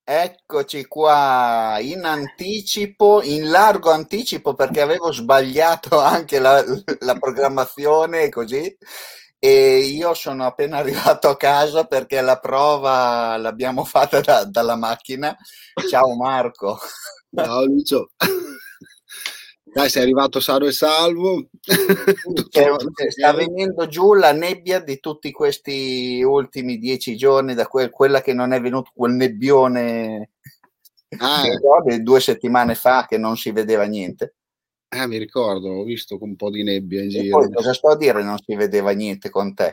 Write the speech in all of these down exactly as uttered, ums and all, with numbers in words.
Eccoci qua in anticipo, in largo anticipo perché avevo sbagliato anche la, la programmazione e così. E io sono appena arrivato a casa perché la prova l'abbiamo fatta da- dalla macchina. Ciao Marco. Ciao Lucio. Dai, sei arrivato sano e salvo. C'è- Tutto, tutto c'è- sta ok. venendo giù la nebbia di tutti questi ultimi dieci giorni, da que- quella che non è venuto quel nebbione, ti Ah, ricordi, due settimane fa che non si vedeva niente. eh, mi ricordo, ho visto un po' di nebbia in E giro. poi cosa sto a dire? Non si vedeva niente con te.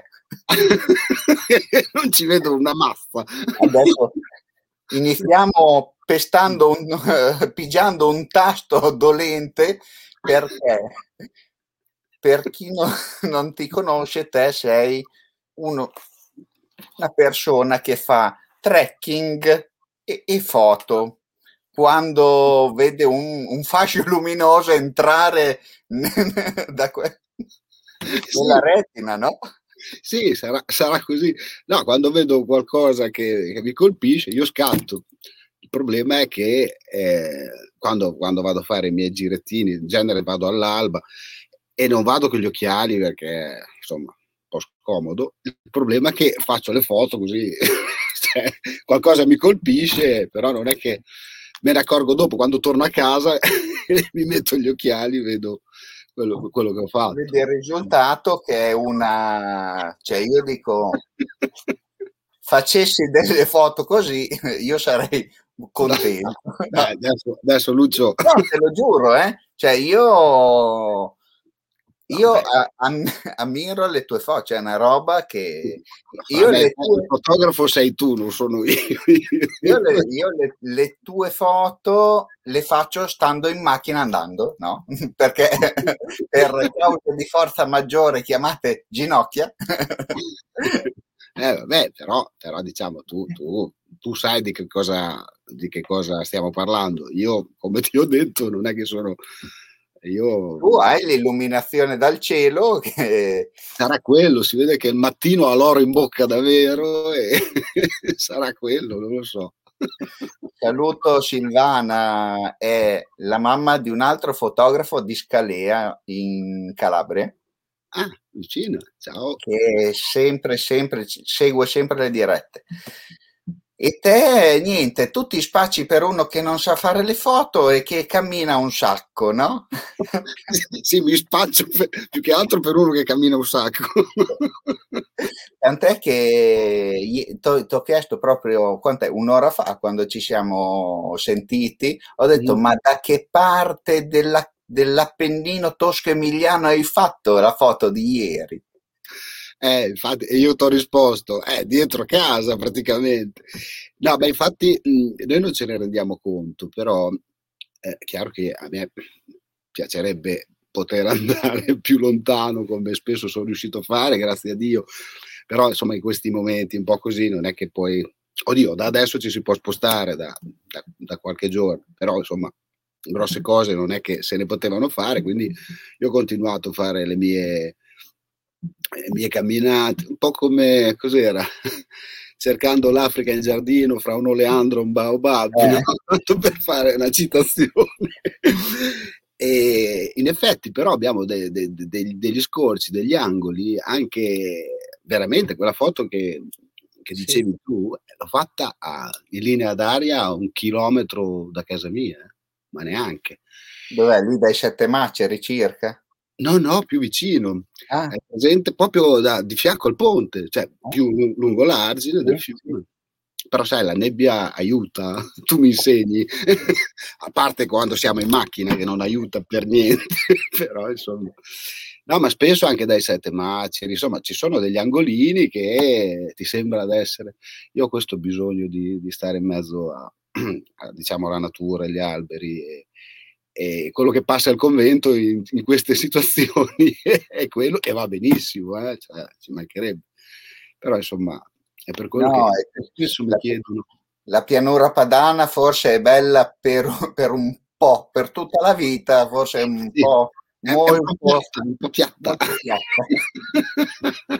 Non ci vedo una massa. Adesso iniziamo pestando un, pigiando un tasto dolente perché per chi no- non ti conosce, te sei uno- una persona che fa trekking e, e foto. Quando vede un, un fascio luminoso entrare da que- nella Sì, retina, no? sì, sarà, sarà così. No, quando vedo qualcosa che, che mi colpisce, io scatto. Il problema è che eh, quando, quando vado a fare i miei girettini, in genere vado all'alba e non vado con gli occhiali perché, insomma, un po' scomodo. Il problema è che faccio le foto così, cioè, qualcosa mi colpisce, però non è che me ne accorgo dopo, quando torno a casa mi metto gli occhiali, vedo quello, quello che ho Vedi fatto. il risultato che è una, cioè io dico, facessi delle foto così, io sarei No, contento. dai, No, adesso, adesso Lucio, no, te lo giuro, eh. Cioè io, no, io beh, a- am- ammiro le tue foto, c'è una roba che io vabbè, le il tue, fotografo sei tu, non sono io. io le, io le- le tue foto le faccio stando in macchina andando, no? Perché per cause di forza maggiore chiamate ginocchia. Eh, vabbè, però, però diciamo tu, tu, tu sai di che cosa, di che cosa stiamo parlando. Io, come ti ho detto, non è che sono io. Tu hai l'illuminazione dal cielo che Sarà quello, si vede che il mattino ha l'oro in bocca davvero e sarà quello, non lo so. saluto Silvana, è la mamma di un altro fotografo di Scalea in Calabria, Ah, vicino, ciao. che sempre, sempre, segue sempre le dirette. E te, niente, tu ti spacci per uno che non sa fare le foto e che cammina un sacco, no? Sì, mi spaccio per- più che altro per uno che cammina un sacco. Tant'è che ti ho chiesto proprio quant'è, un'ora fa, quando ci siamo sentiti, ho detto: Mm. Ma da che parte della- dell'Appennino tosco-emiliano hai fatto la foto di ieri? Eh, infatti, e io ti ho risposto, eh, dietro casa praticamente. No, ma infatti mh, noi non ce ne rendiamo conto, però eh, è chiaro che a me piacerebbe poter andare più lontano, come spesso sono riuscito a fare, grazie a Dio, però insomma in questi momenti un po' così non è che poi, oddio, da adesso ci si può spostare da, da, da qualche giorno, però insomma grosse cose non è che se ne potevano fare, quindi io ho continuato a fare le mie, le mie camminate, un po' come cos'era? Cercando l'Africa in giardino fra un oleandro e un baobab, no? Eh, Tanto per fare una citazione. E in effetti, però, abbiamo de- de- de- degli degli scorci, degli angoli, anche veramente quella foto che, che sì. dicevi tu, l'ho fatta a- in linea d'aria a un chilometro da casa mia, eh, ma neanche. Dov'è? Lì dai Sette Maceri circa? No, no, più vicino. Ah, Hai presente proprio da di fianco al ponte, cioè ah, più lu lungo l'argine sì, del sì. fiume. Però sai la nebbia aiuta, tu mi insegni, a parte quando siamo in macchina che non aiuta per niente, però insomma. No, ma spesso anche dai Sette Maceri, insomma ci sono degli angolini che ti sembra d'essere io ho questo bisogno di di stare in mezzo a a diciamo alla natura, agli alberi e e quello che passa al convento in, in queste situazioni è quello e va benissimo, eh? Cioè, ci mancherebbe. Però insomma è per quello che No, è che spesso mi la, chiedono. la pianura padana forse è bella per, per un po', per tutta la vita, forse è un Sì, po' è, è un po' molto, piatta, un po' piatta. molto piatta.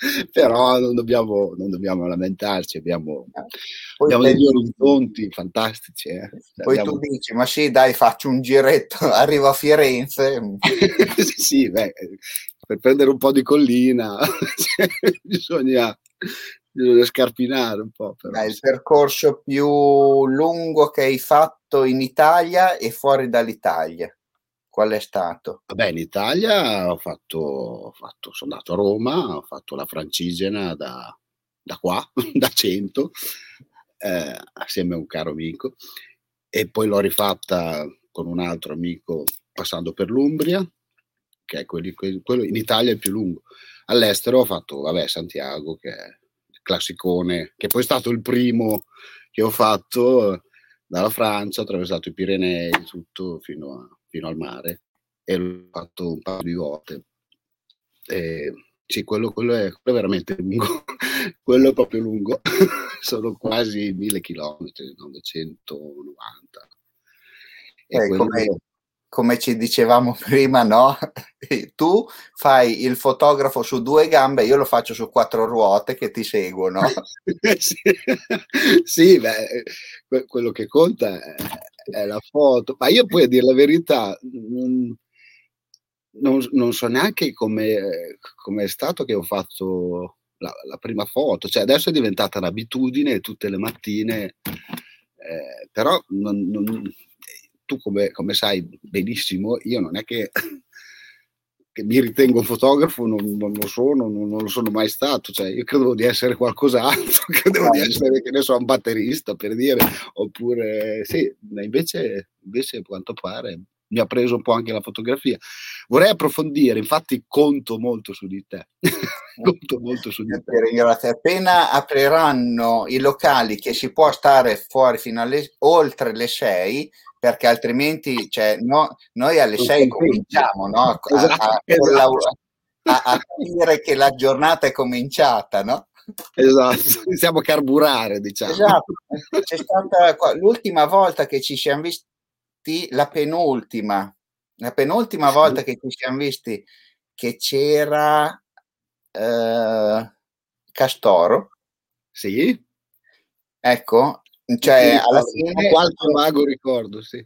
Però non dobbiamo, non dobbiamo lamentarci, abbiamo, Poi abbiamo te degli dici, orizzonti fantastici. Eh. Cioè, poi tu abbiamo... dici, ma sì, dai, faccio un giretto, arrivo a Firenze. sì, sì, beh, per prendere un po' di collina cioè, bisogna, bisogna scarpinare un po', però Dai, il sì. percorso più lungo che hai fatto in Italia e fuori dall'Italia, qual è stato? Vabbè, in Italia ho fatto, ho fatto, sono andato a Roma, ho fatto la Francigena da, da qua, da cento, eh, assieme a un caro amico, e poi l'ho rifatta con un altro amico passando per l'Umbria, che è quelli, quelli- quello in Italia è il più lungo. All'estero ho fatto, vabbè, Santiago, che è il classicone, che poi è stato il primo che ho fatto eh, dalla Francia, ho attraversato i Pirenei, tutto fino, a- fino al mare e l'ho fatto un paio di volte. E, sì, quello, quello, è, quello è veramente lungo, quello è proprio lungo, sono quasi mille chilometri, novecentonovanta. E Eh, quello, come, come ci dicevamo prima, no? Tu fai il fotografo su due gambe, io lo faccio su quattro ruote che ti seguono. sì, sì, beh, que- quello che conta è, è la foto, ma io poi a dire la verità, non, non- non so neanche come come è stato che ho fatto la, la prima foto, cioè adesso è diventata un'abitudine tutte le mattine, eh, però non- non- tu come, come sai benissimo, io non è che, che mi ritengo un fotografo, non, non lo sono, non, non lo sono mai stato, cioè io credo di essere qualcos'altro, credevo di essere, che ne so, un batterista per dire, oppure sì, ma invece, invece a quanto pare mi ha preso un po' anche la fotografia. Vorrei approfondire, infatti conto molto su di te. conto molto su di Io te. ti ringrazio. Appena apriranno i locali che si può stare fuori fino alle oltre le sei, perché altrimenti cioè, no, noi alle Non sei sei in tempo. cominciamo no? a, Esatto, a, esatto. a, a capire che la giornata è cominciata, no? Esatto, iniziamo a carburare, diciamo. Esatto. C'è stata qua- l'ultima volta che ci siamo visti, la penultima, la penultima volta Sì, che ci siamo visti, che c'era eh, Castoro. sì, Ecco, mi cioè alla ricordo. Ho fine qualche vago ricordo, sì.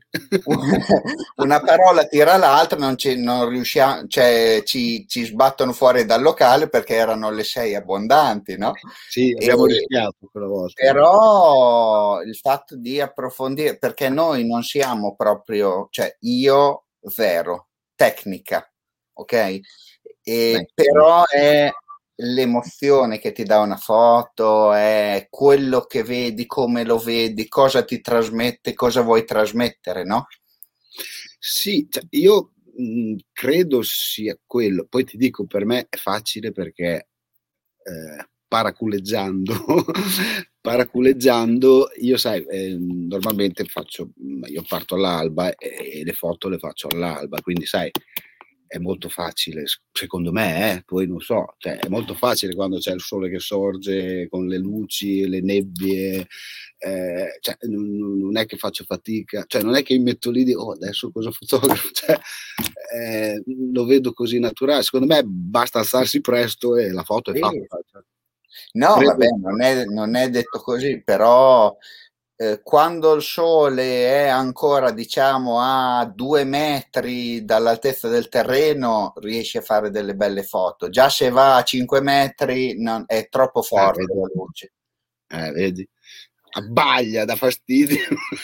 una parola tira l'altra, non, ci, non riusciamo, cioè ci, ci sbattono fuori dal locale perché erano le sei abbondanti, no? Sì, abbiamo E, rischiato quella volta. però il fatto di approfondire, perché noi non siamo proprio, cioè io zero, tecnica, ok? Beh, E sì. però è l'emozione che ti dà una foto, è quello che vedi, come lo vedi, cosa ti trasmette, cosa vuoi trasmettere, no? Sì, cioè, io mh, credo sia quello. Poi ti dico, per me è facile perché eh, paraculeggiando, paraculeggiando, io sai, eh, normalmente faccio, io parto all'alba e, e le foto le faccio all'alba, quindi sai, è molto facile, secondo me, eh, poi non so, cioè, è molto facile quando c'è il sole che sorge con le luci, le nebbie, eh, cioè, non, non è che faccio fatica, cioè, non è che mi metto lì e dico, oh, adesso cosa fotografo, cioè, eh, lo vedo così naturale, secondo me basta alzarsi presto e la foto è Sì. fatta, cioè, No, credo. vabbè, non è, non è detto così, però eh, quando il sole è ancora, diciamo, a due metri dall'altezza del terreno, riesci a fare delle belle foto. Già se va a cinque metri, non- è troppo Ah, forte vedi, la luce. eh, vedi, abbaglia, dà fastidio.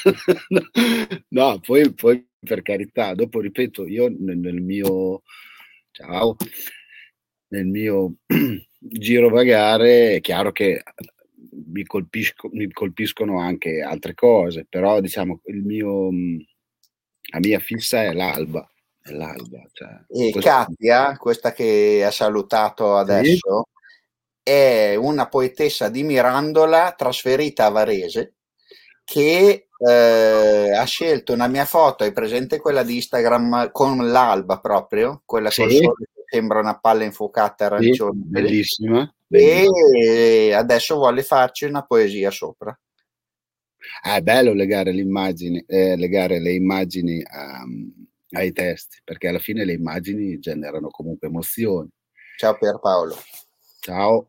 No, poi, poi per carità, dopo ripeto, io nel, nel mio ciao, nel mio giro vagare è chiaro che mi, colpisco, mi colpiscono anche altre cose, però diciamo il mio, la mia fissa è l'alba, è l'alba, cioè, E questo, Katia, questa che ha salutato sì, adesso, è una poetessa di Mirandola trasferita a Varese che eh, ha scelto una mia foto, hai presente quella di Instagram con l'alba proprio, quella col sì, sole che sembra una palla infuocata sì, arancione, così, bellissima, bellissima. e adesso vuole farci una poesia sopra. Ah, è bello legare l'immagine, eh, legare le immagini a- ai testi, perché alla fine le immagini generano comunque emozioni. Ciao Pierpaolo. Ciao.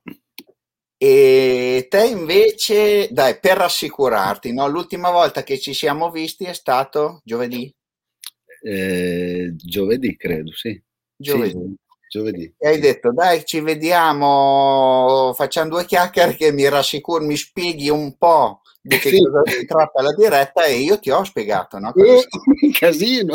E te invece, dai, per rassicurarti, no? L'ultima volta che ci siamo visti è stato giovedì? Eh, giovedì credo, sì. Sì, Giovedì. gio- giovedì, E hai sì. detto, dai, ci vediamo, facciamo due chiacchiere che mi rassicuri, mi spieghi un po' di che Sì. cosa si tratta la diretta e io ti ho spiegato, no? Cosa Uh, si... un casino,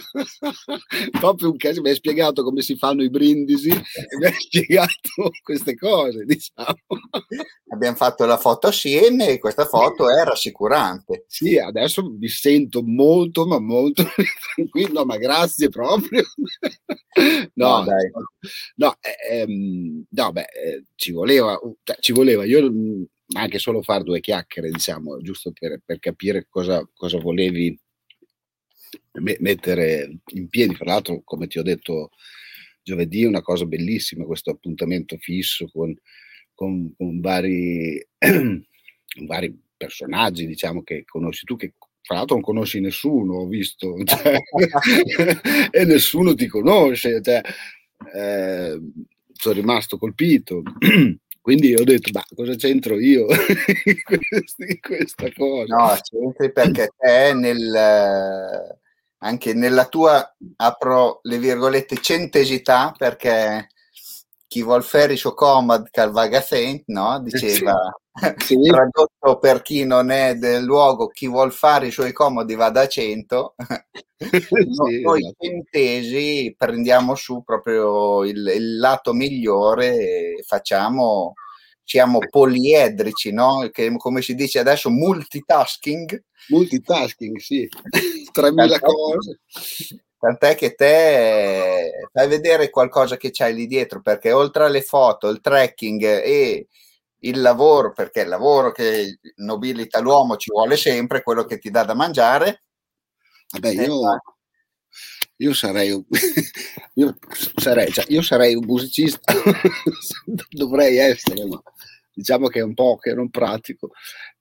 proprio un casino. Mi hai spiegato come si fanno i brindisi e mi hai spiegato queste cose, diciamo. Abbiamo fatto la foto assieme e questa foto è rassicurante. Sì, adesso mi sento molto, ma molto tranquillo, ma grazie proprio. No, No, dai. no, eh, ehm, no, beh, eh, ci voleva, cioè, ci voleva, io mh, anche solo fare due chiacchiere, diciamo, giusto per, per capire cosa, cosa volevi me- mettere in piedi. Fra l'altro, come ti ho detto giovedì, è una cosa bellissima questo appuntamento fisso con, con- con vari, vari personaggi, diciamo, che conosci tu, che fra l'altro non conosci nessuno, ho visto, cioè, e nessuno ti conosce, cioè, eh, sono rimasto colpito. Quindi ho detto, ma cosa c'entro io in questa, in questa cosa? No, c'entri perché te nel, eh, anche nella tua, apro le virgolette, centesità, perché chi vuol fare suo comod cal vaga sent, no? Sì, Diceva, sì, tradotto per chi non è del luogo, chi vuol fare i suoi comodi vada a cento. No- sì, Noi esatto. centesi prendiamo su proprio il, il lato migliore e facciamo siamo poliedrici, no? Che, come si dice adesso, multitasking. Multitasking, sì, tremila Tant'è, cose. tant'è che te fai vedere qualcosa che c'hai lì dietro, perché oltre alle foto, il trekking e il lavoro, perché il lavoro che nobilita l'uomo ci vuole sempre, quello che ti dà da mangiare. Vabbè, te io, fai- io sarei, un- io sarei, cioè, io sarei un musicista, dovrei essere, ma diciamo che è un po' che non pratico.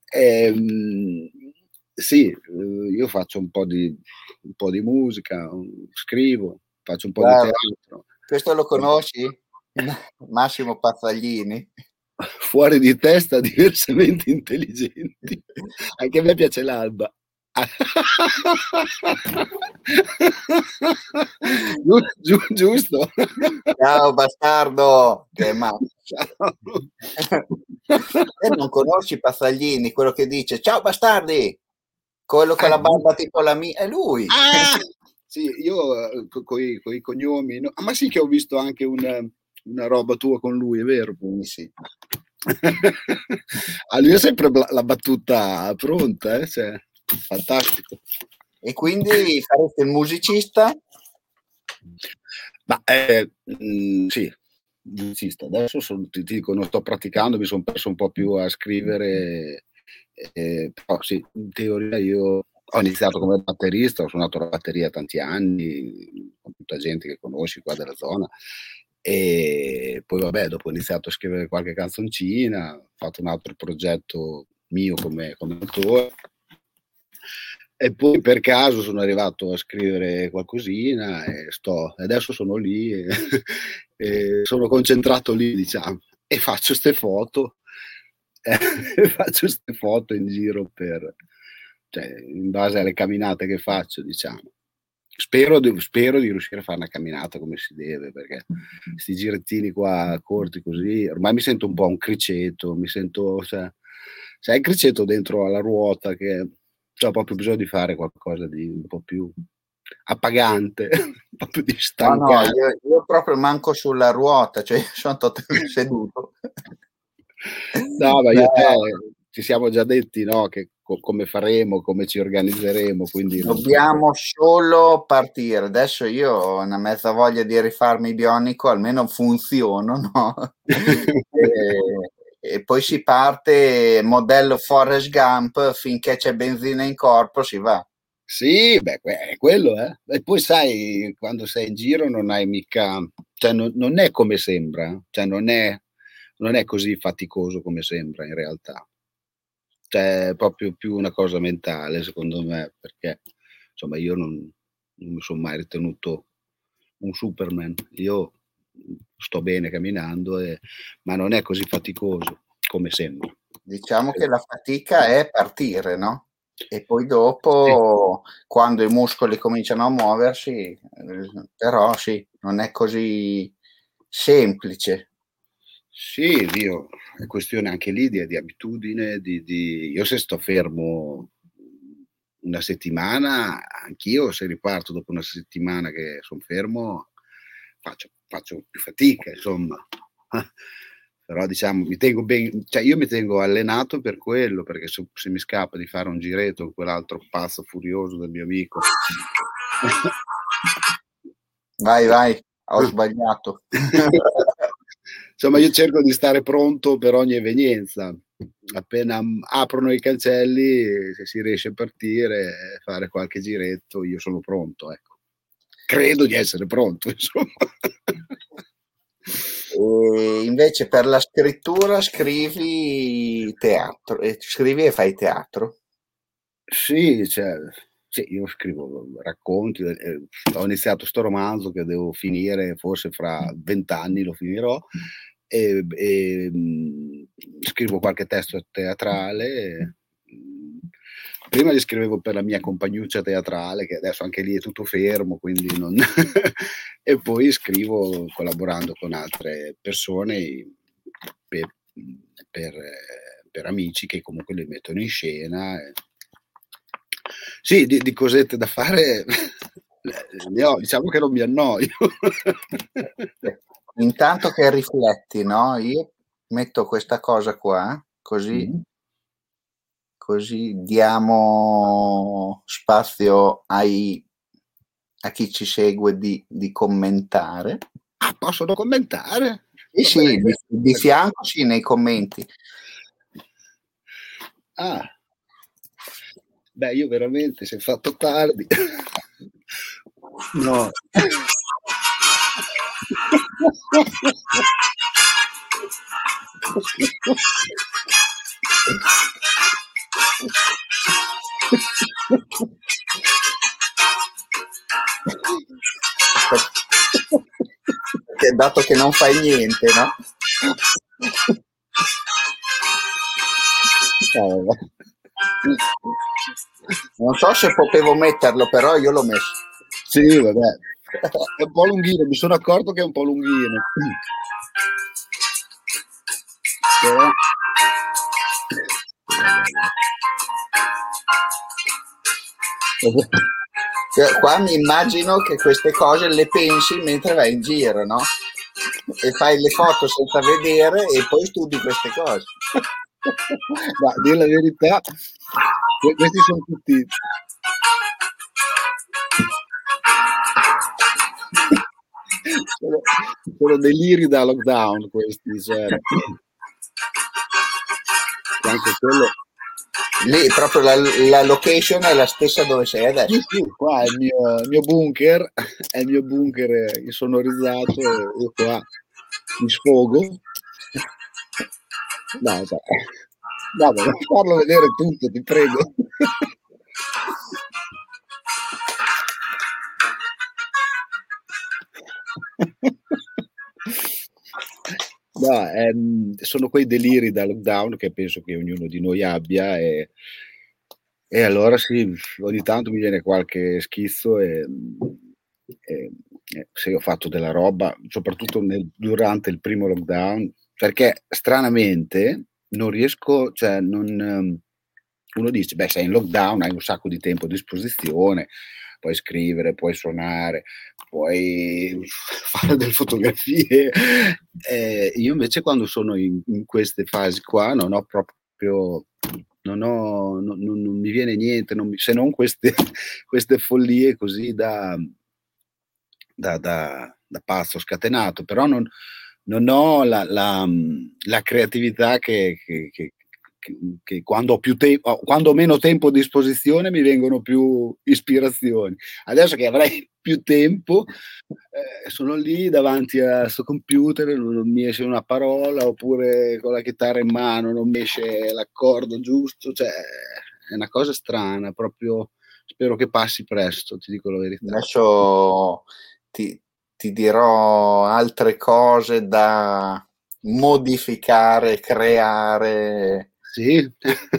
Ehm, sì, eh, io faccio un po' di, un po' di musica, un- scrivo, faccio un po' di Guarda, teatro. questo lo Eh, conosci? Massimo Pazzaglini. fuori di testa, diversamente intelligenti. Anche a me piace l'alba. Giu- giu- giusto? Ciao bastardo, che è matto. Ciao. E non conosci Pazzaglini, quello che dice ciao bastardi, quello con Ah, la barba tipo la mia, è lui. ah, sì, io eh, co- coi, coi cognomi, no? Ah, ma sì che ho visto anche una, una roba tua con lui, è vero? Sì, sì. A lui è sempre bla- la battuta pronta, eh? Cioè, fantastico. E quindi farete il musicista? Ma eh, mh, sì, musicista. Adesso son- ti, ti dico, non sto praticando, mi sono perso un po' più a scrivere, eh, però sì, in teoria io ho iniziato come batterista, ho suonato la batteria tanti anni, con tutta gente che conosci qua della zona, e poi vabbè, dopo ho iniziato a scrivere qualche canzoncina, ho fatto un altro progetto mio come, come autore. E poi per caso sono arrivato a scrivere qualcosina e sto, adesso sono lì e, e sono concentrato lì, diciamo, e faccio ste foto, eh, faccio ste foto in giro per, cioè, in base alle camminate che faccio, diciamo. Spero di, spero di riuscire a fare una camminata come si deve, perché questi girettini qua corti così, ormai mi sento un po' un criceto, mi sento, cioè, sai, il criceto dentro alla ruota che ho proprio bisogno di fare qualcosa di un po' più appagante, un po' più di No, no, stancare. io, io proprio manco sulla ruota, cioè io sono totalmente seduto. No, ma io e te No, ci siamo già detti, no, che co- come faremo, come ci organizzeremo, quindi non... dobbiamo solo partire. Adesso io ho una mezza voglia di rifarmi bionico, almeno funziono, no? E, e poi si parte modello Forrest Gump, finché c'è benzina in corpo si va. Sì, beh, que- è quello, eh. E poi sai, quando sei in giro non hai mica, cioè non, non è come sembra, eh. Cioè non è, non è così faticoso come sembra in realtà. Cioè è proprio più una cosa mentale, secondo me, perché insomma io non, non mi sono mai ritenuto un Superman. Io sto bene camminando, e, ma non è così faticoso come sembra. Diciamo che la fatica è partire, no? E poi Sì. dopo, quando i muscoli cominciano a muoversi, eh, però sì, non è così semplice. Sì, Dio, è questione anche lì di, di abitudine, di, di... io se sto fermo una settimana, anch'io se riparto dopo una settimana che sono fermo, faccio, faccio più fatica, insomma. Però diciamo, mi tengo ben, cioè io mi tengo allenato per quello, perché se, se mi scappa di fare un giretto con quell'altro pazzo furioso del mio amico. Vai, vai, ho sbagliato. Insomma, io cerco di stare pronto per ogni evenienza. Appena aprono i cancelli, se si riesce a partire, fare qualche giretto, io sono pronto, ecco. Credo di essere pronto, insomma. E invece per la scrittura scrivi teatro, e scrivi e fai teatro? Sì, cioè, sì, io scrivo racconti, eh, ho iniziato sto romanzo che devo finire, forse fra vent'anni lo finirò, e, e mh, scrivo qualche testo teatrale. Mh, prima li scrivevo per la mia compagnuccia teatrale, che adesso anche lì è tutto fermo, quindi non... e poi scrivo collaborando con altre persone per, per, per amici che comunque li mettono in scena. Sì, di, di cosette da fare ne ho, diciamo che non mi annoio. Intanto che rifletti, no? Io metto questa cosa qua, così, Mm. così diamo spazio ai, a chi ci segue di, di commentare. Ah, possono commentare? Sì, Va bene. sì, di, di fianco sì, nei commenti. Ah, beh, io veramente si è fatto tardi. No. Perché dato che non fai niente, no? Non so se potevo metterlo, però io l'ho messo. Sì, vabbè. È un po' lunghino, mi sono accorto che è un po' lunghino. Però... Qua mi immagino che queste cose le pensi mentre vai in giro, no? E fai le foto senza vedere e poi studi queste cose. Ma a dire la verità, questi sono tutti sono, sono deliri da lockdown questi, cioè. Anche quello. Lì proprio la, la location è la stessa dove sei adesso. Sì, sì, qua è il mio, il mio bunker, è il mio bunker insonorizzato, e io qua mi sfogo. No, dai. No, ma non farlo vedere tutto, ti prego. No, ehm, sono quei deliri da lockdown che penso che ognuno di noi abbia, e, e allora sì, ogni tanto mi viene qualche schizzo, e, e, e se ho fatto della roba, soprattutto nel, durante il primo lockdown, perché stranamente non riesco, cioè non, ehm, uno dice, beh, sei in lockdown, hai un sacco di tempo a disposizione, puoi scrivere, puoi suonare, puoi fare delle fotografie. Eh, io invece quando sono in, in queste fasi qua non ho proprio, non, ho, non, non, non mi viene niente, non mi, se non queste, queste follie così da, da, da, da pazzo scatenato, però non, non ho la, la, la creatività che, che, che, che quando ho più tempo, quando ho meno tempo a disposizione mi vengono più ispirazioni. Adesso che avrei più tempo, eh, sono lì davanti a questo computer, non, non mi esce una parola, oppure con la chitarra in mano non mi esce l'accordo giusto, cioè è una cosa strana, proprio spero che passi presto, ti dico la verità. Adesso ti, ti dirò altre cose da modificare, creare. Sì.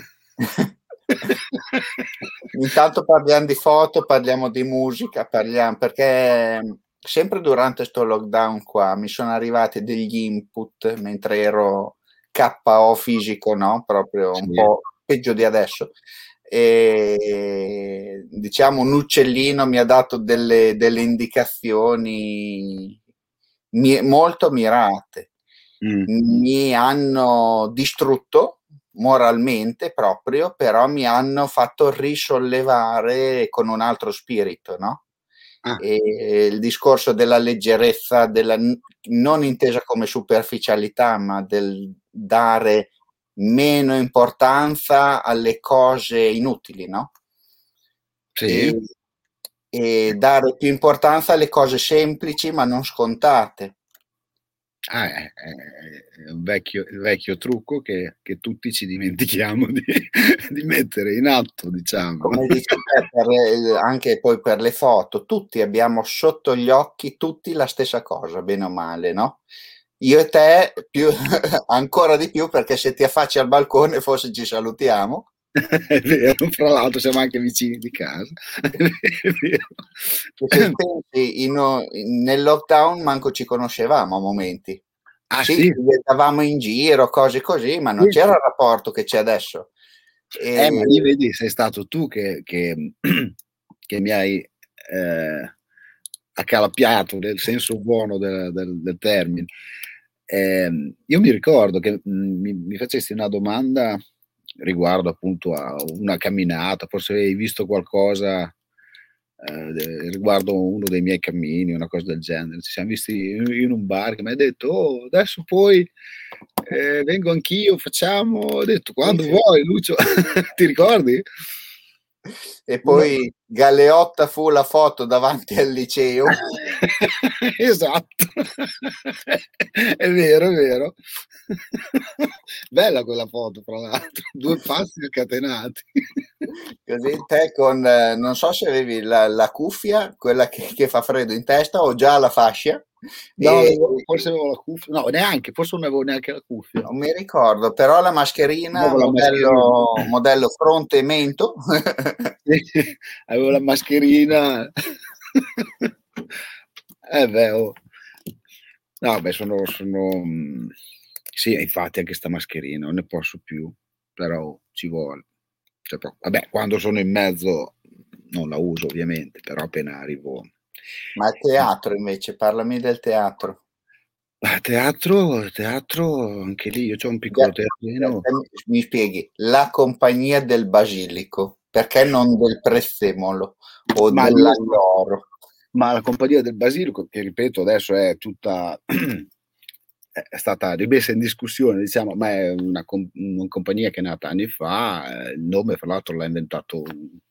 Intanto parliamo di foto, parliamo di musica, parliamo perché sempre durante sto lockdown qua mi sono arrivati degli input mentre ero K O fisico, no? Proprio un Sì. po' peggio di adesso. E diciamo un uccellino mi ha dato delle, delle indicazioni mi- molto mirate. Mm. Mi hanno distrutto moralmente proprio, però mi hanno fatto risollevare con un altro spirito, no? Ah, E il discorso della leggerezza, della, non intesa come superficialità, ma del dare meno importanza alle cose inutili, no? sì. E, e dare più importanza alle cose semplici ma non scontate. Ah, è, è- è un vecchio, il vecchio trucco che, che tutti ci dimentichiamo di, di mettere in atto, diciamo. Come dici te, per le- anche poi per le foto, tutti abbiamo sotto gli occhi tutti la stessa cosa, bene o male, no? Io e te più, ancora di più perché se ti affacci al balcone forse ci salutiamo. È vero, fra l'altro siamo anche vicini di casa. È E se vero. pensi in, in- nel lockdown manco ci conoscevamo a momenti. Ah Sì, sì, ci vedevamo in giro, cose così, ma non sì. c'era il rapporto che c'è adesso. Eh, E, ma lì vedi, sei stato tu che, che- che mi hai eh, accalappiato nel senso buono del, del- del termine. Eh, io mi ricordo che mh, mi, mi facesti una domanda riguardo appunto a una camminata, forse hai visto qualcosa eh, de- riguardo uno dei miei cammini, una cosa del genere. Ci siamo visti in, in un bar che mi ha detto, oh, adesso poi eh, vengo anch'io, facciamo. Ho detto, sì, quando sì. vuoi, Lucio, ti ricordi? E Una- poi Galeotta fu la foto davanti al liceo. Esatto, è vero, è vero. Bella quella foto, tra l'altro, due passi scatenati. Così te con, eh, non so se avevi la, la cuffia, quella che, che fa freddo in testa, o già la fascia, No, e avevo- forse avevo la cuffia, no, neanche, forse non avevo neanche la cuffia. non mi ricordo, però la mascherina, Avevo la mascherina. modello, modello fronte e mento, Sì, avevo la mascherina. Eh beh, oh. No, beh, sono, sono mh, sì, infatti anche sta mascherina, non ne posso più, però ci vuole. Cioè, pro- vabbè, quando sono in mezzo non la uso ovviamente, però appena arrivo. ma il teatro invece, parlami del teatro. Ah, teatro, teatro, anche lì io c'ho un Già- piccolo teatrino, eh, mi spieghi, la compagnia del basilico, perché non del prezzemolo o ma lì è sta- dell'alloro? ma la compagnia del Basilico, che ripeto adesso è tutta è stata rimessa in discussione, diciamo, ma è una, com- una compagnia che è nata anni fa, eh, il nome fra l'altro l'ha inventato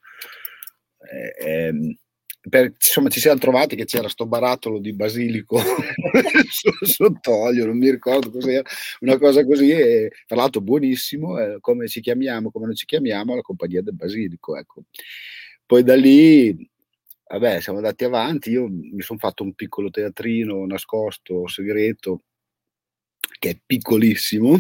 eh, ehm, per- insomma ci siamo trovati che c'era sto barattolo di basilico so- sott'olio, non mi ricordo cos'era, una cosa così, e tra l'altro buonissimo, eh, come ci chiamiamo, come non ci chiamiamo, la compagnia del basilico, ecco. Poi da lì, vabbè, siamo andati avanti, io mi sono fatto un piccolo teatrino nascosto, segreto, che è piccolissimo,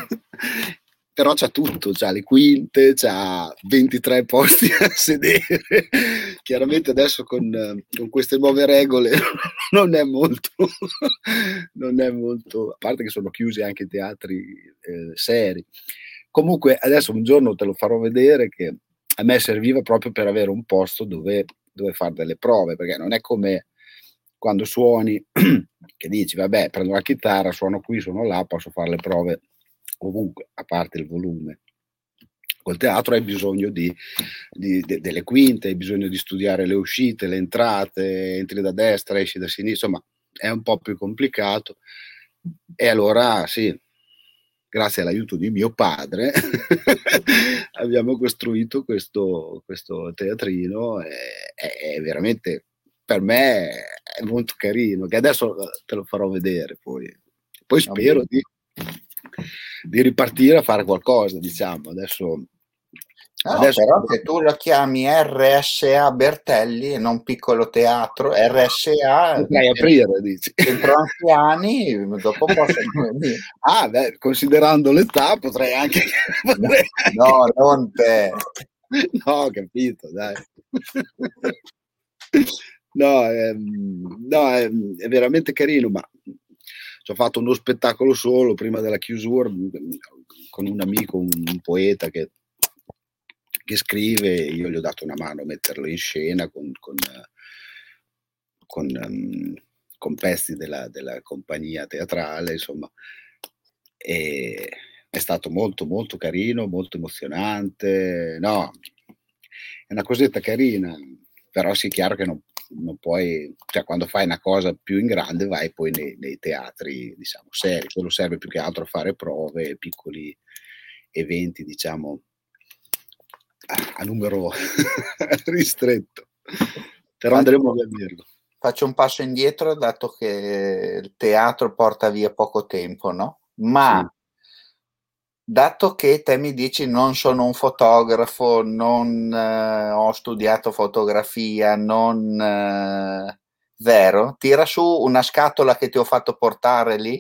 però c'ha tutto, c'ha le quinte, c'ha ventitré posti a sedere. Chiaramente adesso con, eh, con queste nuove regole non è molto, non è molto, a parte che sono chiusi anche i teatri eh, seri. Comunque adesso un giorno te lo farò vedere che a me serviva proprio per avere un posto dove, dove fare delle prove, perché non è come quando suoni che dici, vabbè, prendo la chitarra, suono qui, suono là, posso fare le prove ovunque, a parte il volume. Col teatro hai bisogno di, di, de, delle quinte, hai bisogno di studiare le uscite, le entrate, entri da destra, esci da sinistra, insomma, è un po' più complicato. E allora, sì, grazie all'aiuto di mio padre, abbiamo costruito questo, questo teatrino e è veramente, per me, è molto carino, che adesso te lo farò vedere poi. Poi Va spero bene. di, di ripartire a fare qualcosa, diciamo. Adesso No, Adesso però se tu lo chiami R S A Bertelli e non piccolo teatro, R S A potrai aprire, dici. centro anziani, dopo possono venire. Ah, beh, considerando l'età potrei anche, No, potrei anche... no, non te. No, ho capito, dai. No, ehm, no, è, è veramente carino, ma ci ho fatto uno spettacolo solo prima della chiusura con un amico, un, un poeta che, che scrive, io gli ho dato una mano a metterlo in scena con, con, con, um, con pezzi della, della compagnia teatrale, insomma, e è stato molto molto carino, molto emozionante, no, è una cosetta carina, però sì, è chiaro che non, non puoi, cioè quando fai una cosa più in grande vai poi nei, nei teatri, diciamo, seri, quello serve più che altro a fare prove, piccoli eventi, diciamo, a, a numero ristretto, però Faccio, andremo a vederlo. faccio un passo indietro, dato che il teatro porta via poco tempo, no? Ma Sì. dato che te mi dici non sono un fotografo, non eh, ho studiato fotografia, non eh, vero, tira su una scatola che ti ho fatto portare lì.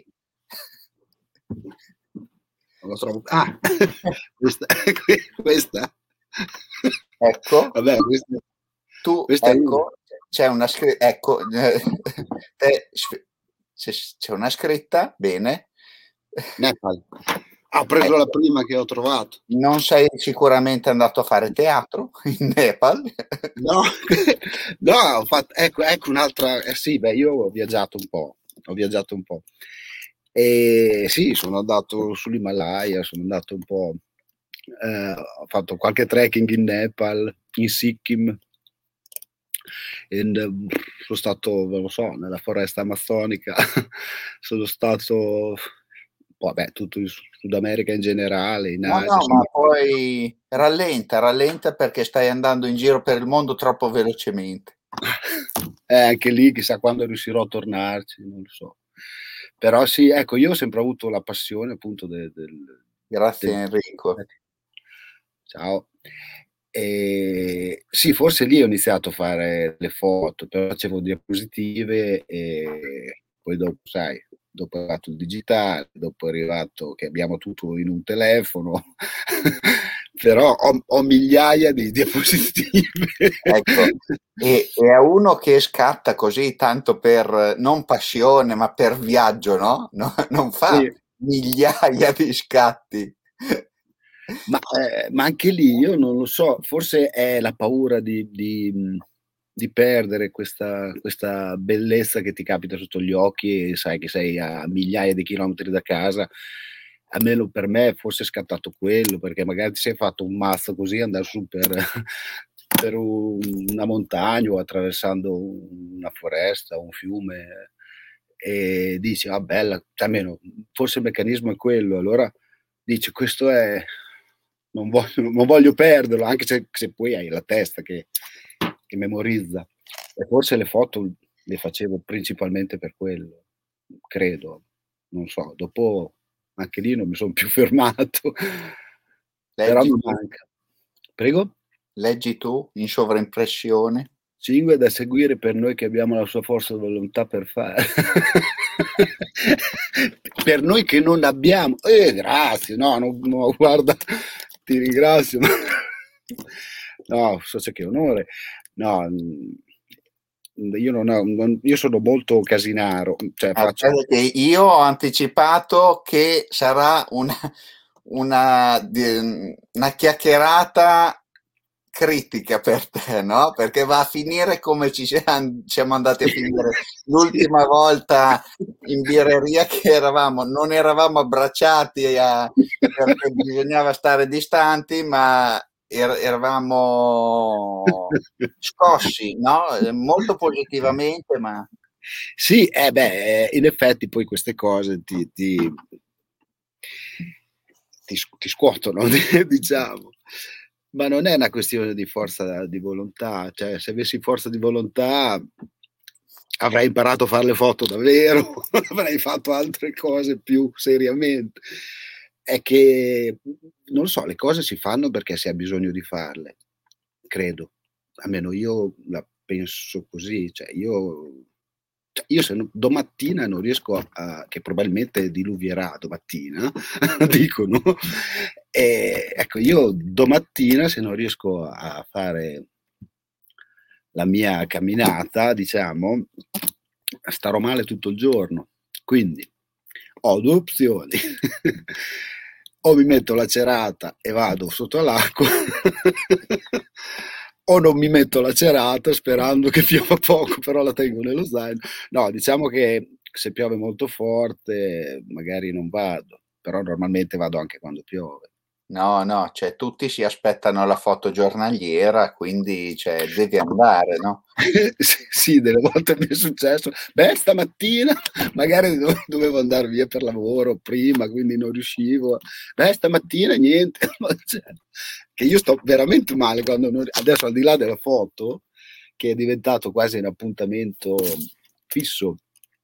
Non lo trovo. Ah, questa, questa. Ecco, Vabbè, questa, tu, questa è una. ecco, c'è una scritta, ecco, te, c'è c'è una scritta, bene. Nepal. Ho preso la Ecco. prima che ho trovato. Non sei sicuramente andato a fare teatro in Nepal? No, no, ho fatto, ecco, ecco un'altra. Eh sì, beh, io ho viaggiato un po', ho viaggiato un po'. E sì, sono andato sull'Himalaya, sono andato un po', eh, ho fatto qualche trekking in Nepal, in Sikkim, and, uh, sono stato, non lo so, nella foresta amazzonica, sono stato, vabbè, tutto in Sud America in generale, in No, Asia, no, ma insomma. poi rallenta, rallenta perché stai andando in giro per il mondo troppo velocemente. Eh, anche lì chissà quando riuscirò a tornarci, non lo so. Però sì, ecco, io ho sempre avuto la passione appunto del, del, Grazie del... Enrico. Ciao. E sì, forse lì ho iniziato a fare le foto, però facevo diapositive e poi dopo, sai, dopo è arrivato il digitale, dopo è arrivato che abbiamo tutto in un telefono, però ho, ho migliaia di diapositive. Ecco, e, e a uno che scatta così tanto per non passione, ma per viaggio, no? No, non fa Sì. migliaia di scatti. Ma, eh, ma anche lì io non lo so, forse è la paura di, di, di perdere questa, questa bellezza che ti capita sotto gli occhi e sai che sei a migliaia di chilometri da casa. Almeno per me forse è scattato quello, perché magari ti sei fatto un mazzo così, andare su per, per un, una montagna o attraversando una foresta, un fiume e dici, ah bella, cioè, almeno forse il meccanismo è quello, allora dici questo è, non voglio, non voglio perderlo, anche se, se poi hai la testa che, che memorizza, e forse le foto le facevo principalmente per quello, credo, non so, dopo anche lì non mi sono più fermato, però Leggi mi tu, manca. Prego? leggi tu in sovraimpressione. Cinque da seguire per noi che abbiamo la sua forza di volontà per fare. Per noi che non abbiamo. Eh, grazie, no, no, no, guarda, ti ringrazio. No, so se che onore. No, io, non ho, non, io sono molto casinaro, cioè faccio... Aspetta che io ho anticipato che sarà una, una, di- una chiacchierata critica per te, no? Perché va a finire come ci siamo, siamo andati a finire Sì. l'ultima volta in birreria, che eravamo, non eravamo abbracciati a- perché bisognava stare distanti, ma er- eravamo scossi, no? Molto positivamente, ma Sì, eh beh, in effetti poi queste cose ti, ti, ti, ti scuotono, diciamo. Ma non è una questione di forza di volontà, cioè se avessi forza di volontà avrei imparato a fare le foto davvero, avrei fatto altre cose più seriamente. è che, non lo so, le cose si fanno perché si ha bisogno di farle, credo. Almeno io la penso così, cioè io cioè io se no domattina non riesco a a che probabilmente diluvierà domattina, dicono, ehm, ecco io domattina se non riesco a fare la mia camminata, diciamo, starò male tutto il giorno. Quindi ho due opzioni: o mi metto la cerata e vado sotto l'acqua o non mi metto la cerata sperando che piova poco, però la tengo nello zaino. No, diciamo che se piove molto forte magari non vado, però normalmente vado anche quando piove. No, no, cioè tutti si aspettano la foto giornaliera, quindi cioè devi andare, no? Sì, sì, delle volte mi è successo. Beh, stamattina magari do dovevo andar via per lavoro prima, quindi non riuscivo. Beh, stamattina niente, cioè, che io sto veramente male quando non adesso al di là della foto, che è diventato quasi un appuntamento fisso,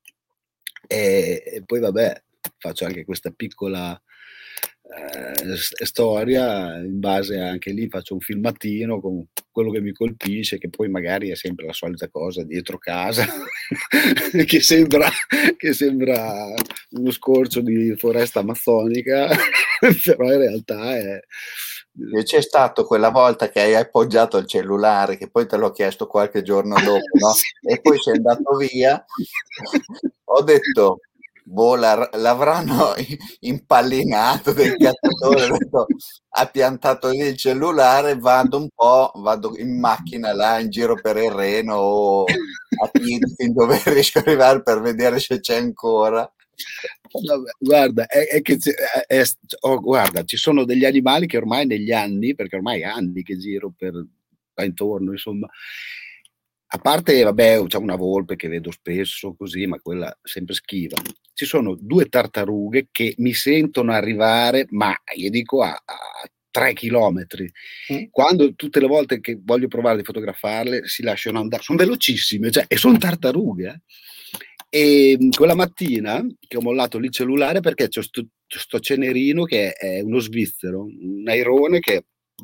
e e poi vabbè, faccio anche questa piccola, ehm, s storia, in base anche lì faccio un filmatino con quello che mi colpisce, che poi magari è sempre la solita cosa dietro casa, che sembra che sembra uno scorcio di foresta amazzonica, però in realtà è E c'è stato quella volta che hai appoggiato il cellulare, che poi te l'ho chiesto qualche giorno dopo, no? Sì. E poi sei andato via. Ho detto, boh, l'ar- l'avranno i- impallinato dei cacciatori. Ho detto, ha piantato lì il cellulare, vado un po', vado in macchina là in giro per il Reno o a piedi fin dove riesco ad arrivare per vedere se c'è ancora. Vabbè, guarda, è, è che c'è- è- è- oh, guarda, ci sono degli animali che ormai negli anni, perché ormai è anni che giro per qua intorno, insomma, a parte, vabbè, c'è una volpe che vedo spesso così, ma quella sempre schiva. Ci sono due tartarughe che mi sentono arrivare, ma io dico a, a tre chilometri. Mm. Quando tutte le volte che voglio provare di fotografarle si lasciano andare, sono velocissime, cioè, e sono tartarughe. eh. E mh, quella mattina che ho mollato lì il cellulare perché c'ho sto, c'ho sto cenerino che è uno svizzero, un airone che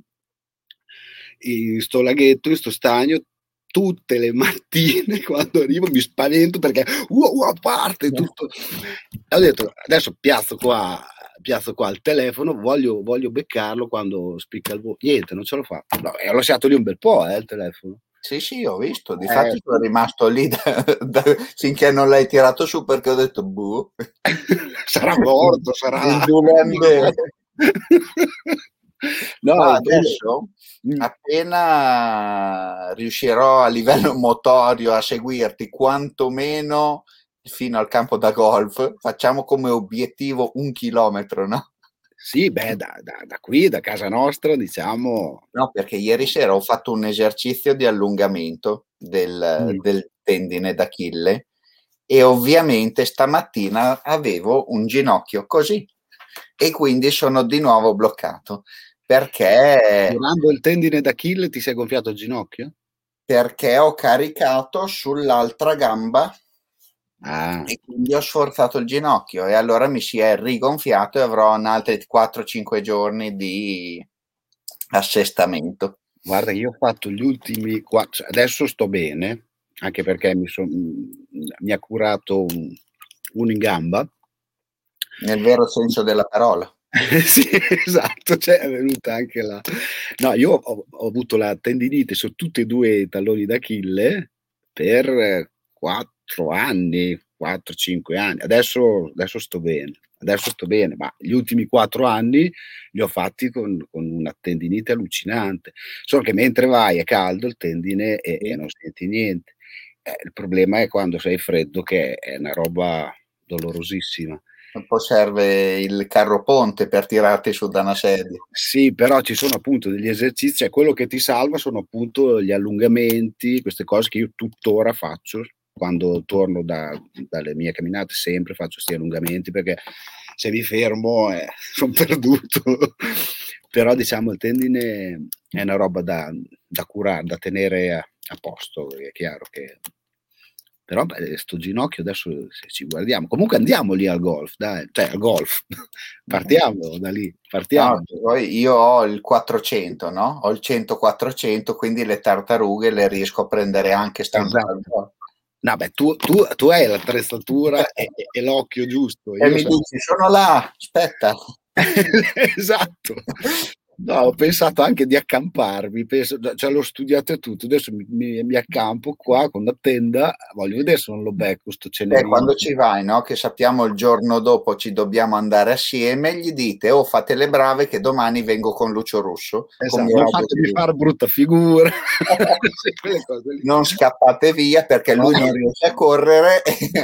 in sto laghetto, in sto stagno, tutte le mattine quando arrivo mi spavento perché uh, uh, parte tutto. E ho detto adesso piazzo qua, piazzo qua il telefono, voglio, voglio beccarlo quando spicca il volo. Niente, non ce l'ho fatto. No, e ho lasciato lì un bel po' eh, il telefono. Sì, sì, ho visto. Eh, Difatti sono rimasto lì da- da- finché non l'hai tirato su perché ho detto, boh, sarà morto, sarà. in Giuliande. No, No, il bello- adesso Mm. appena riuscirò a livello motorio a seguirti quantomeno fino al campo da golf, facciamo come obiettivo un chilometro, no? Sì, beh, da, da- da qui, da casa nostra, diciamo. No, perché ieri sera ho fatto un esercizio di allungamento del, Mm. del tendine d'Achille e ovviamente stamattina avevo un ginocchio così e quindi sono di nuovo bloccato perché, Tirando il tendine d'Achille ti sei gonfiato il ginocchio? perché ho caricato sull'altra gamba Ah, e quindi ho sforzato il ginocchio e allora mi si è rigonfiato e avrò un altri quattro cinque giorni di assestamento. guarda, io ho fatto gli ultimi quattro, adesso sto bene, anche perché mi, son- mi ha curato un, uno in gamba. Nel vero senso della parola. Sì, esatto, cioè è venuta anche la. No, io ho, ho avuto la tendinite su tutti e due i talloni d'Achille per eh, quattro anni, quattro cinque anni. Adesso, adesso sto bene, adesso sto bene, ma gli ultimi quattro anni li ho fatti con, con una tendinite allucinante. Solo che mentre vai è caldo il tendine e, e Sì. non senti niente. Eh, il problema è quando sei freddo, che è una roba dolorosissima. Un po' serve il carro ponte per tirarti su da una sedia. Sì, però ci sono appunto degli esercizi, cioè quello che ti salva sono appunto gli allungamenti, queste cose che io tuttora faccio quando torno da- dalle mie camminate, sempre faccio questi allungamenti perché se mi fermo eh, sono perduto. Però diciamo il tendine è una roba da, da curare, da tenere a, a posto, è chiaro che Però beh, sto ginocchio adesso, se ci guardiamo, comunque andiamo lì al golf, dai, cioè al golf, partiamo da lì, partiamo. No, poi io ho il quattrocento, no? Ho il cento quattrocento, quindi le tartarughe le riesco a prendere anche stando al Esatto. golf. No, beh, tu, tu, tu hai l'attrezzatura e, e- e l'occhio giusto. E Io mi so- dici, sono là, aspetta. Esatto. No, ho pensato anche di accamparmi, penso, cioè l'ho studiato e tutto, adesso mi, mi- mi accampo qua con la tenda, voglio vedere se non lo becco sto Beh, cenerino. quando ci vai, no? Che sappiamo il giorno dopo ci dobbiamo andare assieme, gli dite, oh, fate le brave che domani vengo con Lucio Russo, con Esatto, mio non raggio fatemi di fare brutta figura. Sì, quelle cose lì. non scappate via perché lui non riesce a correre.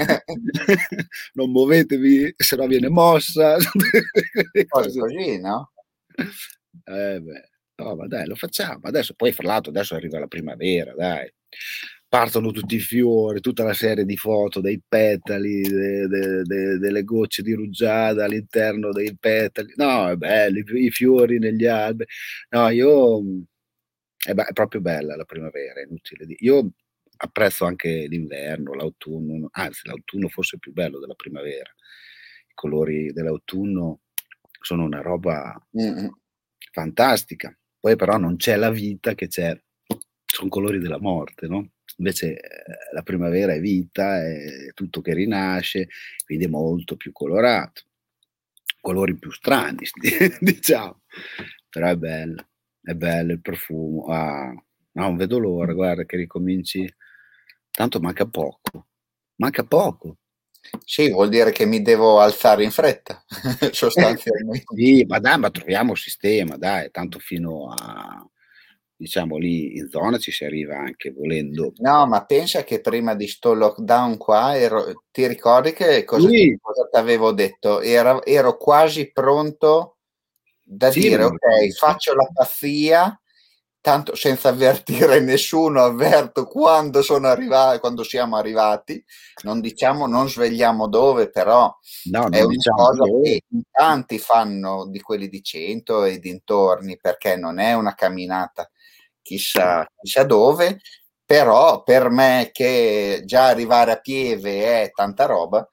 Non muovetevi, se no viene mossa. Quelle Cose cose. così, no? Eh beh, no, ma dai, lo facciamo. Adesso, poi, fra l'altro, adesso arriva la primavera, dai. Partono tutti i fiori, tutta la serie di foto dei petali, de- de- de- delle gocce di rugiada all'interno dei petali. No, è bello, i, i fiori negli alberi. No, io è, be- è proprio bella la primavera, è inutile dire. Io apprezzo anche l'inverno, l'autunno, anzi, l'autunno forse è più bello della primavera. I colori dell'autunno sono una roba Mm-mm. fantastica. Poi però non c'è la vita che c'è, sono colori della morte, no? Invece eh, la primavera è vita, è tutto che rinasce, quindi è molto più colorato, colori più strani, diciamo, però è bello, è bello il profumo, ah, no, non vedo l'ora, guarda che ricominci, tanto manca poco, manca poco. Sì, vuol dire che mi devo alzare in fretta, sostanzialmente. Sì, ma dai, ma troviamo un sistema, dai, tanto fino a, diciamo, lì in zona ci si arriva anche volendo. No, ma pensa che prima di sto lockdown qua ero, ti ricordi che cosa, Sì, cosa ti avevo detto? Era- ero quasi pronto da sì, me dire, lo ricordo. ok, faccio la pazzia, tanto senza avvertire nessuno, avverto quando sono arrivato, quando siamo arrivati, non diciamo, non svegliamo dove, però No, è non una diciamo cosa dove. che in tanti fanno di quelli di cento e dintorni, perché non è una camminata chissà, chissà dove, però per me che già arrivare a Pieve è tanta roba,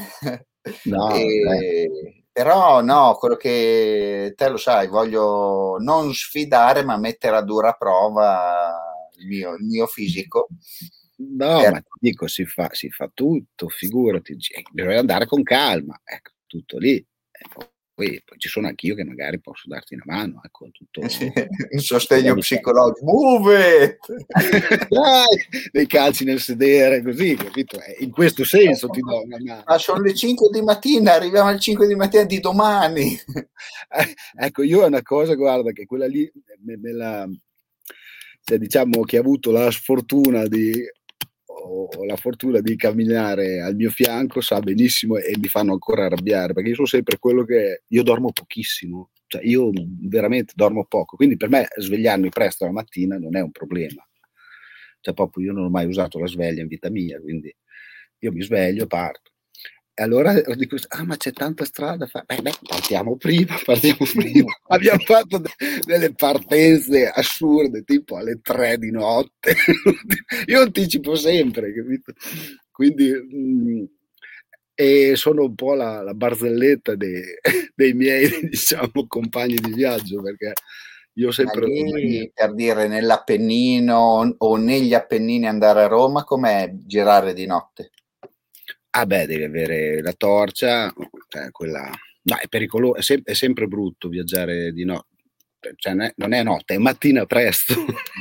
No, vabbè. e, però no, quello che te lo sai, voglio non sfidare ma mettere a dura prova il mio, il mio fisico. No, Per- ma ti dico, si fa, si fa tutto, figurati, c- bisogna andare con calma, ecco, tutto lì. Ecco, poi, poi ci sono anch'io che magari posso darti una mano, ecco, tutto. un sostegno psicologico, move it! Dai, dei calci nel sedere, così, capito? Eh, In questo senso ti do una mano. Ma sono le cinque di mattina, arriviamo alle cinque di mattina di domani. Eh, ecco, io è una cosa, guarda, che quella lì, me, me la, cioè, diciamo che ha avuto la sfortuna di, o, o la fortuna di camminare al mio fianco, sa benissimo e mi fanno ancora arrabbiare, perché io sono sempre quello che, io dormo pochissimo, cioè io veramente dormo poco, quindi per me svegliarmi presto la mattina non è un problema, cioè proprio io non ho mai usato la sveglia in vita mia, quindi io mi sveglio e parto. E allora dico, ah, ma c'è tanta strada. Fa, beh, beh, partiamo prima, partiamo prima. Abbiamo fatto de- delle partenze assurde, tipo alle tre di notte. Io anticipo sempre, capito? Quindi, mh, e sono un po' la, la barzelletta dei, dei miei, diciamo, compagni di viaggio, perché io ho Ma sempre la mania. lì per dire nell'Appennino o negli Appennini andare a Roma, com'è girare di notte? Ah beh, devi avere la torcia, cioè quella. No, è pericoloso, è, sem- è sempre brutto viaggiare di notte, cioè non è, non è notte, è mattina presto,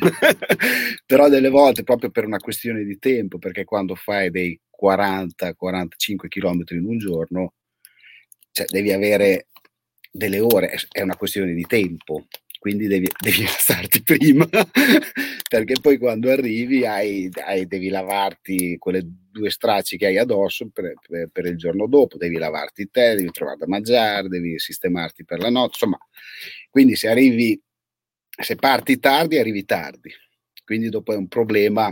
però delle volte proprio per una questione di tempo, perché quando fai dei quaranta quarantacinque km in un giorno, cioè devi avere delle ore, è, è una questione di tempo, quindi devi, devi alzarti prima, perché poi quando arrivi hai, hai, devi lavarti quelle due stracci che hai addosso per, per, per il giorno dopo, devi lavarti te, devi trovare da mangiare, devi sistemarti per la notte, insomma, quindi se arrivi, se parti tardi, arrivi tardi, quindi dopo è un problema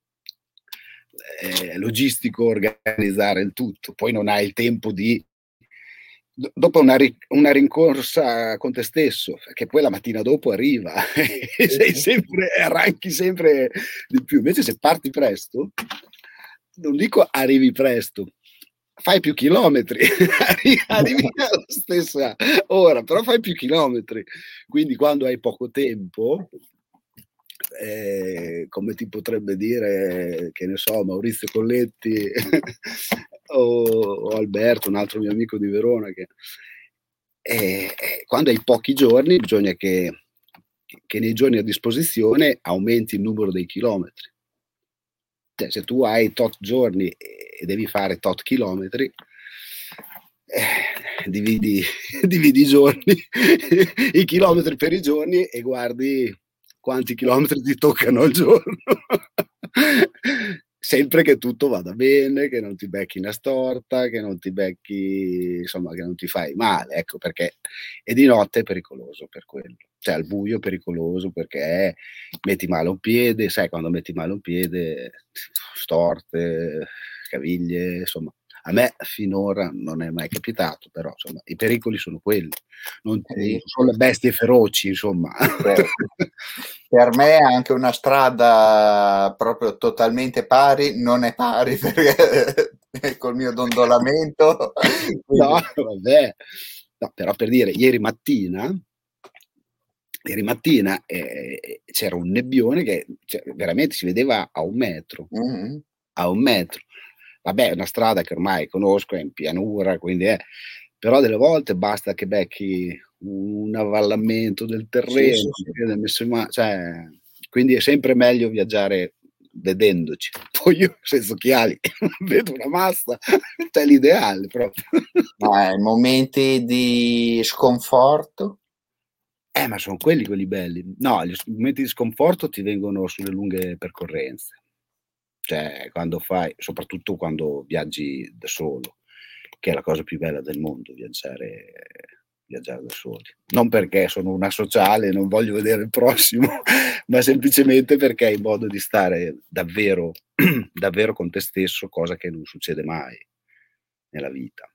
eh, logistico organizzare il tutto, poi non hai il tempo di dopo una, una rincorsa con te stesso, che poi la mattina dopo arriva e sei sempre, arranchi sempre di più. Invece se parti presto, non dico arrivi presto, fai più chilometri, arrivi alla stessa ora, però fai più chilometri. Quindi quando hai poco tempo, eh, come ti potrebbe dire, che ne so, Maurizio Colletti o, o Alberto, un altro mio amico di Verona, che eh, eh, quando hai pochi giorni bisogna che, che nei giorni a disposizione aumenti il numero dei chilometri. Cioè, se tu hai tot giorni e devi fare tot chilometri, eh, dividi, dividi i giorni, i chilometri per i giorni e guardi quanti chilometri ti toccano al giorno. Sempre che tutto vada bene, che non ti becchi una storta, che non ti becchi, insomma, che non ti fai male, ecco, perché e di notte è pericoloso per quello. Cioè al buio è pericoloso perché metti male un piede, sai, quando metti male un piede, storte, caviglie, insomma. A me finora non è mai capitato, però insomma i pericoli sono quelli, non, non sono le bestie feroci, insomma. Certo. Per me anche una strada proprio totalmente pari non è pari perché col mio dondolamento. No, vabbè. No, però per dire, ieri mattina, ieri mattina eh, c'era un nebbione che cioè, veramente si vedeva a un metro, Mm-hmm. a un metro. Vabbè, è una strada che ormai conosco, è in pianura, quindi è... Però delle volte basta che becchi un avvallamento del terreno, Sì, sì, sì. messo ma- cioè, quindi è sempre meglio viaggiare vedendoci. Poi io senza occhiali vedo una massa, è l'ideale proprio. Ma in momenti di sconforto? Eh, ma sono quelli quelli belli. No, gli momenti di sconforto ti vengono sulle lunghe percorrenze. Cioè, quando fai, soprattutto quando viaggi da solo, che è la cosa più bella del mondo, viaggiare, viaggiare da soli. Non perché sono una sociale, non voglio vedere il prossimo, ma semplicemente perché hai modo di stare davvero, davvero con te stesso, cosa che non succede mai nella vita.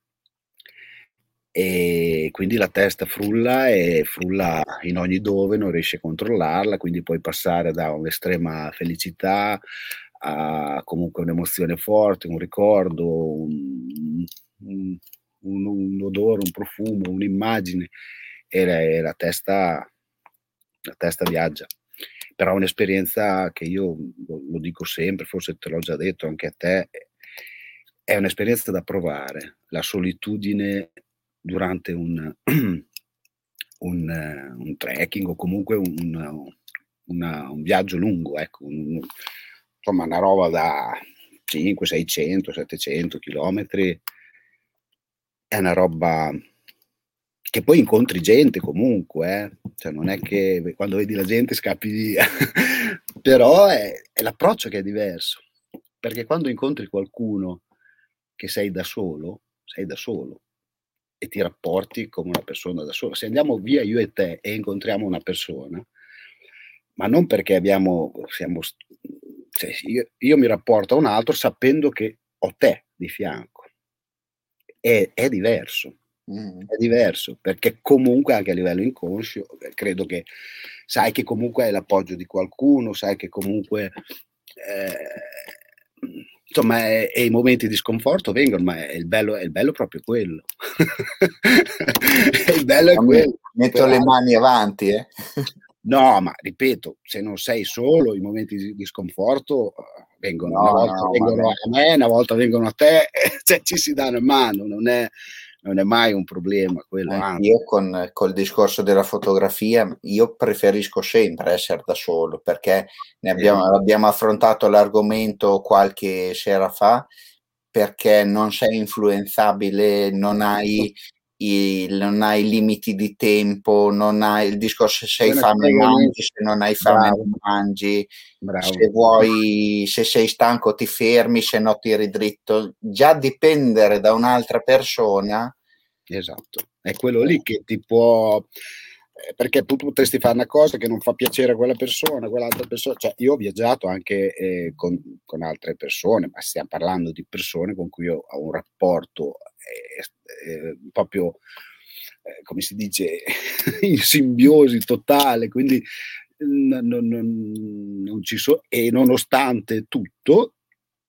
E quindi la testa frulla e frulla in ogni dove, non riesci a controllarla, quindi puoi passare da un'estrema felicità a comunque un'emozione forte, un ricordo, un, un, un, un odore, un profumo, un'immagine e la, e la testa la testa viaggia. Però è un'esperienza che io lo, lo dico sempre, forse te l'ho già detto anche a te, è un'esperienza da provare, la solitudine durante un, un, un trekking o comunque un, una, un viaggio lungo, ecco, un, insomma una roba da cinquecento, seicento, settecento chilometri, è una roba che poi incontri gente comunque, eh? Cioè non è che quando vedi la gente scappi via, però è, è l'approccio che è diverso, perché quando incontri qualcuno che sei da solo, sei da solo e ti rapporti come una persona da sola. Se andiamo via io e te e incontriamo una persona, ma non perché abbiamo, siamo, cioè io, io mi rapporto a un altro sapendo che ho te di fianco, è, è diverso. Mm. È diverso perché comunque anche a livello inconscio credo che sai che comunque hai l'appoggio di qualcuno, sai che comunque eh, insomma è, e i momenti di sconforto vengono, ma è il bello, è il bello proprio quello. Il bello è quello. Metto le mani avanti, eh. No, ma ripeto, se non sei solo, i momenti di, di sconforto vengono, no, una volta no, vengono ma... a me, una volta vengono a te, cioè ci si danno in mano, non è, non è mai un problema quello. Anch'io con col discorso della fotografia, io preferisco sempre essere da solo perché ne abbiamo, abbiamo affrontato l'argomento qualche sera fa, perché non sei influenzabile, non hai i, non hai limiti di tempo, non hai il discorso se hai fame mangi, se non hai fame bravo, non mangi, bravo. se vuoi, se sei stanco ti fermi, se no tiri dritto. Già dipendere da un'altra persona. Esatto, è quello lì che ti può, eh, perché tu potresti fare una cosa che non fa piacere a quella persona, a quell'altra persona, cioè io ho viaggiato anche eh, con, con altre persone, ma stiamo parlando di persone con cui io ho un rapporto eh, eh, proprio, eh, come si dice, in simbiosi totale, quindi non, non, non ci so, e nonostante tutto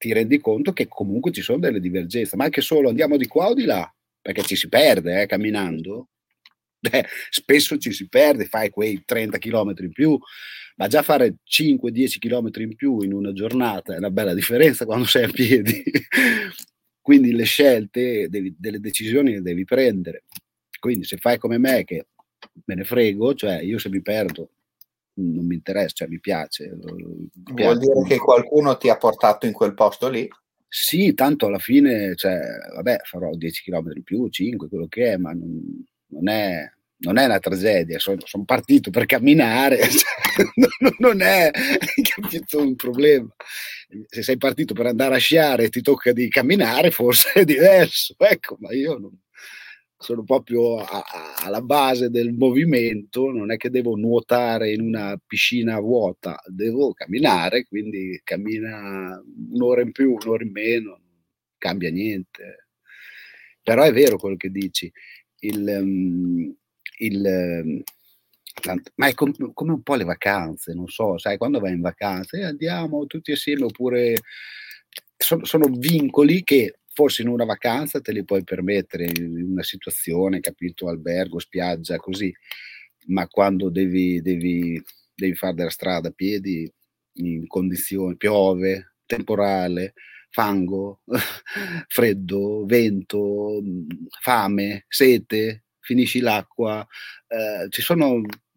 ti rendi conto che comunque ci sono delle divergenze, ma anche solo andiamo di qua o di là, perché ci si perde eh, camminando. Beh, spesso ci si perde, fai quei trenta chilometri in più, ma già fare cinque dieci chilometri in più in una giornata è una bella differenza quando sei a piedi. Quindi le scelte, devi, delle decisioni le devi prendere. Quindi se fai come me, che me ne frego, cioè io se mi perdo non mi interessa, cioè mi piace. Mi Vuol piace. dire che qualcuno ti ha portato in quel posto lì? Sì, tanto alla fine, cioè, vabbè, farò dieci chilometri in più, cinque, quello che è, ma non, non è, non è una tragedia. Sono, sono partito per camminare, cioè, non, non è, capito, un problema. Se sei partito per andare a sciare e ti tocca di camminare, forse è diverso, ecco, ma io non, sono proprio a, a, alla base del movimento, non è che devo nuotare in una piscina vuota, devo camminare, quindi cammina un'ora in più, un'ora in meno, non cambia niente. Però è vero quello che dici, il, um, il, um, ma è com- come un po' le vacanze, non so, sai, quando vai in vacanza eh, andiamo tutti assieme, oppure sono, sono vincoli che forse in una vacanza te li puoi permettere, in una situazione, capito, albergo, spiaggia, così, ma quando devi, devi, devi fare della strada a piedi, in condizioni, piove, temporale, fango, freddo, vento, fame, sete, finisci l'acqua, eh, ci sono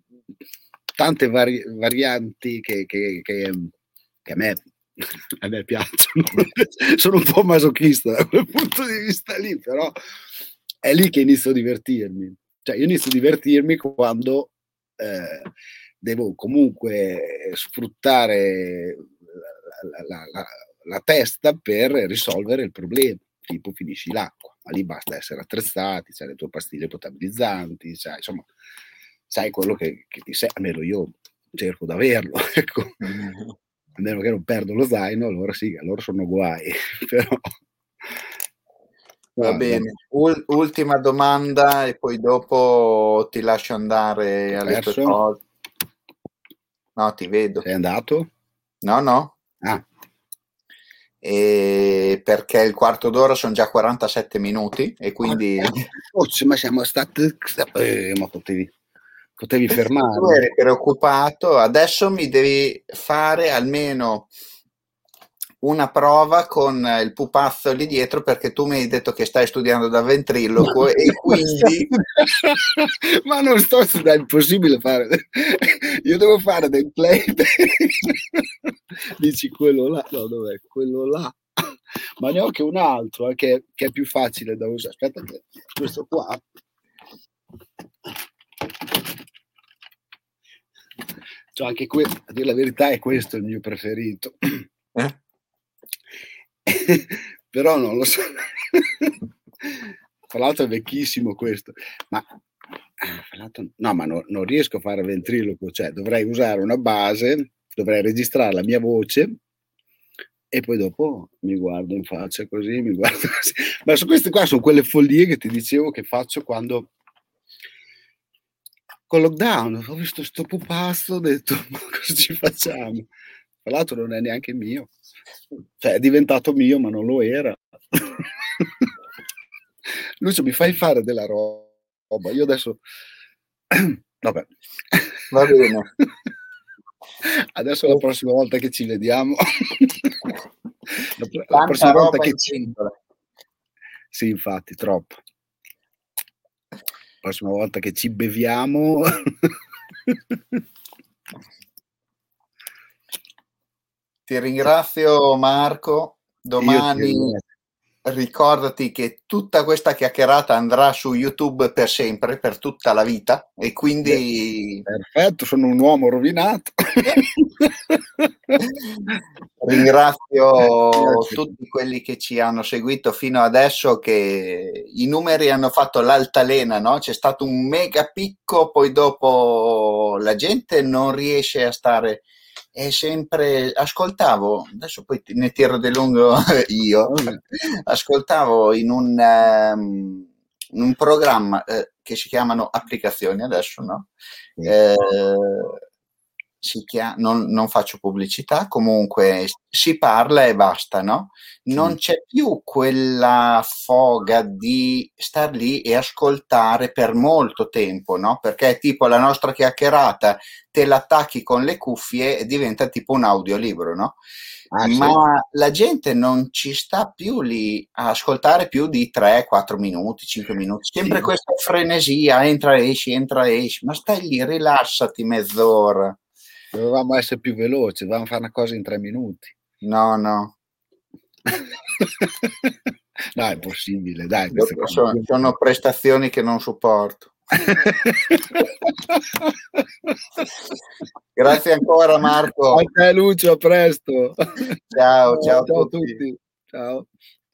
tante vari- varianti che, che, che, che a me a me piacciono, sono un po' masochista da quel punto di vista lì, però è lì che inizio a divertirmi. Cioè, io inizio a divertirmi quando eh, devo comunque sfruttare la, la, la, la testa per risolvere il problema, tipo finisci l'acqua, ma lì basta essere attrezzati, sai le tue pastiglie potabilizzanti, sai, insomma, sai quello che, che ti serve, almeno io cerco di averlo, ecco. A meno che non perdo lo zaino, allora sì, allora sono guai, però... Va No, bene, Ul- ultima domanda e poi dopo ti lascio andare ho alle tue perso? cose. No, ti vedo. Sei andato? No, no, Ah, e perché il quarto d'ora sono già quarantasette minuti e quindi oh, ma siamo stati... Eh, ma potevi, potevi tu fermarmi. eri preoccupato. Adesso mi devi fare almeno una prova con il pupazzo lì dietro perché tu mi hai detto che stai studiando da ventriloquo e Ma, quindi ma non sto studiando, è impossibile fare. Io devo fare dei play. Dici quello là, no, dov'è? Quello là. Ma ne ho anche un altro eh, che, che è più facile da usare. Aspetta, che questo qua. Cioè, anche que- a dire la verità, è questo il mio preferito. eh? Però non lo so. Tra l'altro è vecchissimo questo, ma no, ma no, non riesco a fare ventriloquo, cioè dovrei usare una base, dovrei registrare la mia voce e poi dopo mi guardo in faccia così, mi guardo così. Ma su queste qua sono quelle follie che ti dicevo che faccio quando con lockdown ho visto sto pupazzo, ho detto ma cosa ci facciamo? Tra l'altro non è neanche mio, cioè è diventato mio ma non lo era. Lucio, mi fai fare della roba, io adesso vabbè, Va bene. adesso la prossima volta che ci vediamo la, la Tanta prossima volta roba che in ci pentola. sì, infatti, troppo. La prossima volta che ci beviamo Ti ringrazio Marco, io ti domani ringrazio. ricordati che tutta questa chiacchierata andrà su YouTube per sempre, per tutta la vita e quindi Perfetto, sono un uomo rovinato. ringrazio Grazie. tutti quelli che ci hanno seguito fino adesso, che i numeri hanno fatto l'altalena, no? C'è stato un mega picco, poi dopo la gente non riesce a stare, è sempre, ascoltavo, adesso poi ne tiro di lungo io, ascoltavo in un, um, in un programma eh, che si chiamano applicazioni adesso, no? Sì. Eh, si chia- non, non faccio pubblicità, comunque si parla e basta, no? Non Sì. c'è più quella foga di star lì e ascoltare per molto tempo, no? Perché tipo la nostra chiacchierata te l'attacchi con le cuffie e diventa tipo un audiolibro, no? Ah, sì? Ma la gente non ci sta più lì a ascoltare più di tre quattro minuti, cinque minuti, sempre Sì. questa frenesia, entra, esci, entra, esci, ma stai lì, rilassati mezz'ora. Dovevamo essere più veloci, dovevamo fare una cosa in tre minuti. No, no. No, è possibile, dai, queste Dopo cose so- qui. sono prestazioni che non sopporto. Grazie ancora, A Marco. te Lucio, a presto. Ciao, Ciao, ciao a ciao a tutti. tutti. Ciao.